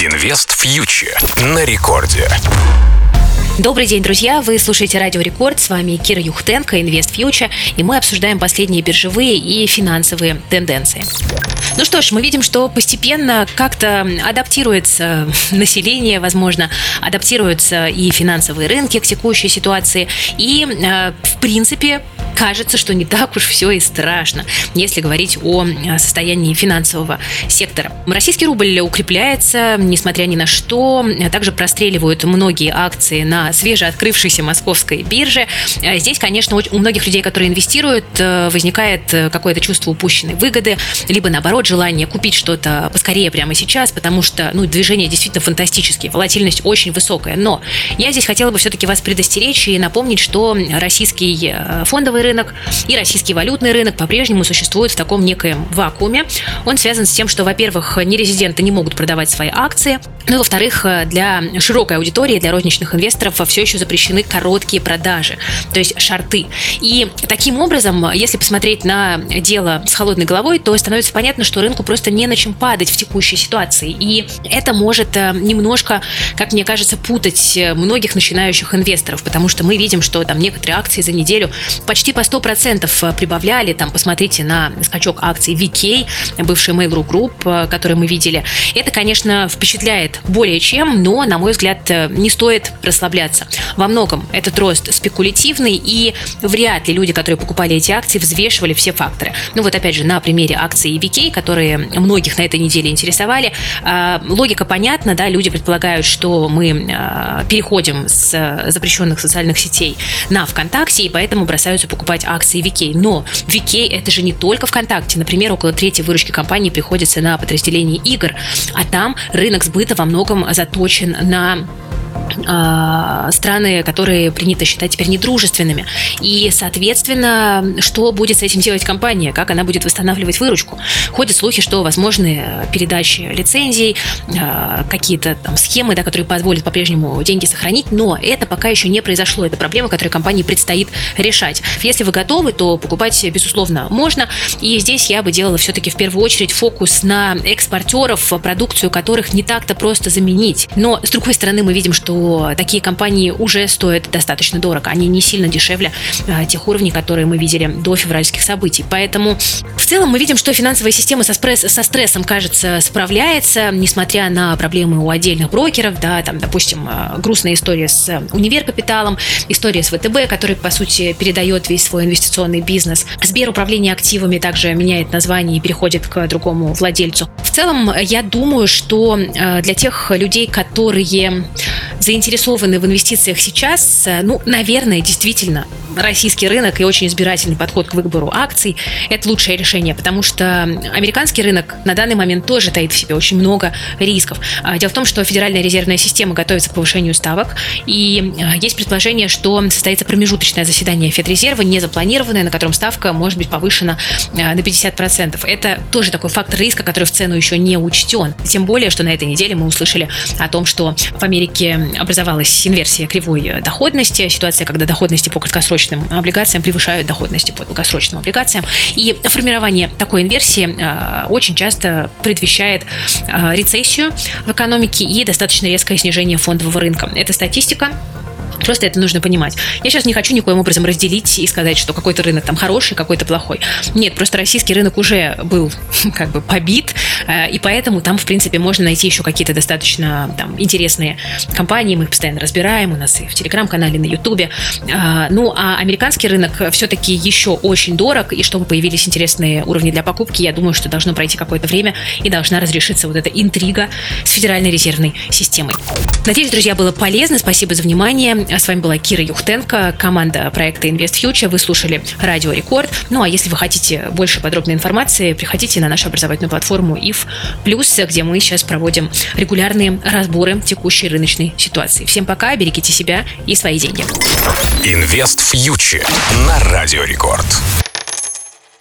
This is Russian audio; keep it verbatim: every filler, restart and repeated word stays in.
Инвест Фьючер на рекорде. Добрый день, друзья! Вы слушаете Радио Рекорд. С вами Кира Юхтенко, Инвест Фьючер, и мы обсуждаем последние биржевые и финансовые тенденции. Ну что ж, мы видим, что постепенно как-то адаптируется население, возможно, адаптируются и финансовые рынки к текущей ситуации, и, в принципе, кажется, что не так уж все и страшно, если говорить о состоянии финансового сектора. Российский рубль укрепляется, несмотря ни на что. Также простреливают многие акции на свежеоткрывшейся московской бирже. Здесь, конечно, у многих людей, которые инвестируют, возникает какое-то чувство упущенной выгоды, либо, наоборот, желание купить что-то поскорее прямо сейчас, потому что ну, движения действительно фантастические, волатильность очень высокая. Но я здесь хотела бы все-таки вас предостеречь и напомнить, что российский фондовый рынок и российский валютный рынок по-прежнему существуют в таком некоем вакууме. Он связан с тем, что, во-первых, нерезиденты не могут продавать свои акции, ну и, во-вторых, для широкой аудитории, для розничных инвесторов все еще запрещены короткие продажи, то есть шорты. И таким образом, если посмотреть на дело с холодной головой, то становится понятно, что рынку просто не на чем падать в текущей ситуации. И это может немножко, как мне кажется, путать многих начинающих инвесторов, потому что мы видим, что там некоторые акции за неделю почти по сто процентов прибавляли. Там посмотрите на скачок акций ви кей, бывший Mail.ru Group, который мы видели. Это, конечно, впечатляет более чем, но, на мой взгляд, не стоит расслабляться. Во многом этот рост спекулятивный, и вряд ли люди, которые покупали эти акции, взвешивали все факторы. Ну вот опять же, на примере акций ви кей, которые многих на этой неделе интересовали, логика понятна, да, люди предполагают, что мы переходим с запрещенных социальных сетей на ВКонтакте, и поэтому бросаются покупать акции ви кей. Но ви кей это же не только ВКонтакте. Например, около трети выручки компании приходится на подразделение игр, а там рынок сбыта во многом заточен на страны, которые принято считать теперь недружественными. И, соответственно, что будет с этим делать компания? Как она будет восстанавливать выручку? Ходят слухи, что возможны передачи лицензий, какие-то там схемы, да, которые позволят по-прежнему деньги сохранить, но это пока еще не произошло. Это проблема, которую компании предстоит решать. Если вы готовы, то покупать, безусловно, можно. И здесь я бы делала все-таки в первую очередь фокус на экспортеров, продукцию которых не так-то просто заменить. Но, с другой стороны, мы видим, что такие компании уже стоят достаточно дорого. Они не сильно дешевле а, тех уровней, которые мы видели до февральских событий. Поэтому в целом мы видим, что финансовая система со, спресс, со стрессом, кажется, справляется, несмотря на проблемы у отдельных брокеров. Да, там, допустим, грустная история с Универ Капиталом, история с вэ тэ бэ, который, по сути, передает весь свой инвестиционный бизнес. Сберуправление активами также меняет название и переходит к другому владельцу. В целом, я думаю, что для тех людей, которые заинтересованы в инвестициях сейчас, ну, наверное, действительно, российский рынок и очень избирательный подход к выбору акций – это лучшее решение, потому что американский рынок на данный момент тоже таит в себе очень много рисков. Дело в том, что Федеральная резервная система готовится к повышению ставок, и есть предположение, что состоится промежуточное заседание Федрезерва, не запланированное, на котором ставка может быть повышена на пятьдесят процентов. Это тоже такой фактор риска, который в цену еще не учтен. Тем более, что на этой неделе мы услышали о том, что в Америке образовалась инверсия кривой доходности, ситуация, когда доходности по краткосрочным облигациям превышают доходности по долгосрочным облигациям. И формирование такой инверсии э, очень часто предвещает э, рецессию в экономике и достаточно резкое снижение фондового рынка. Это статистика. Просто это нужно понимать. Я сейчас не хочу никоим образом разделить и сказать, что какой-то рынок там хороший, какой-то плохой. Нет, просто российский рынок уже был как бы побит, и поэтому там, в принципе, можно найти еще какие-то достаточно там интересные компании. Мы их постоянно разбираем, у нас и в Телеграм-канале, на Ютубе. Ну, а американский рынок все-таки еще очень дорог, и чтобы появились интересные уровни для покупки, я думаю, что должно пройти какое-то время и должна разрешиться вот эта интрига с Федеральной резервной системой. Надеюсь, друзья, было полезно. Спасибо за внимание. С вами была Кира Юхтенко, команда проекта Инвест Фьючер. Вы слушали Радио Рекорд. Ну а если вы хотите больше подробной информации, приходите на нашу образовательную платформу ИФ Плюс, где мы сейчас проводим регулярные разборы текущей рыночной ситуации. Всем пока, берегите себя и свои деньги. Инвест Фьючер на Радио Рекорд.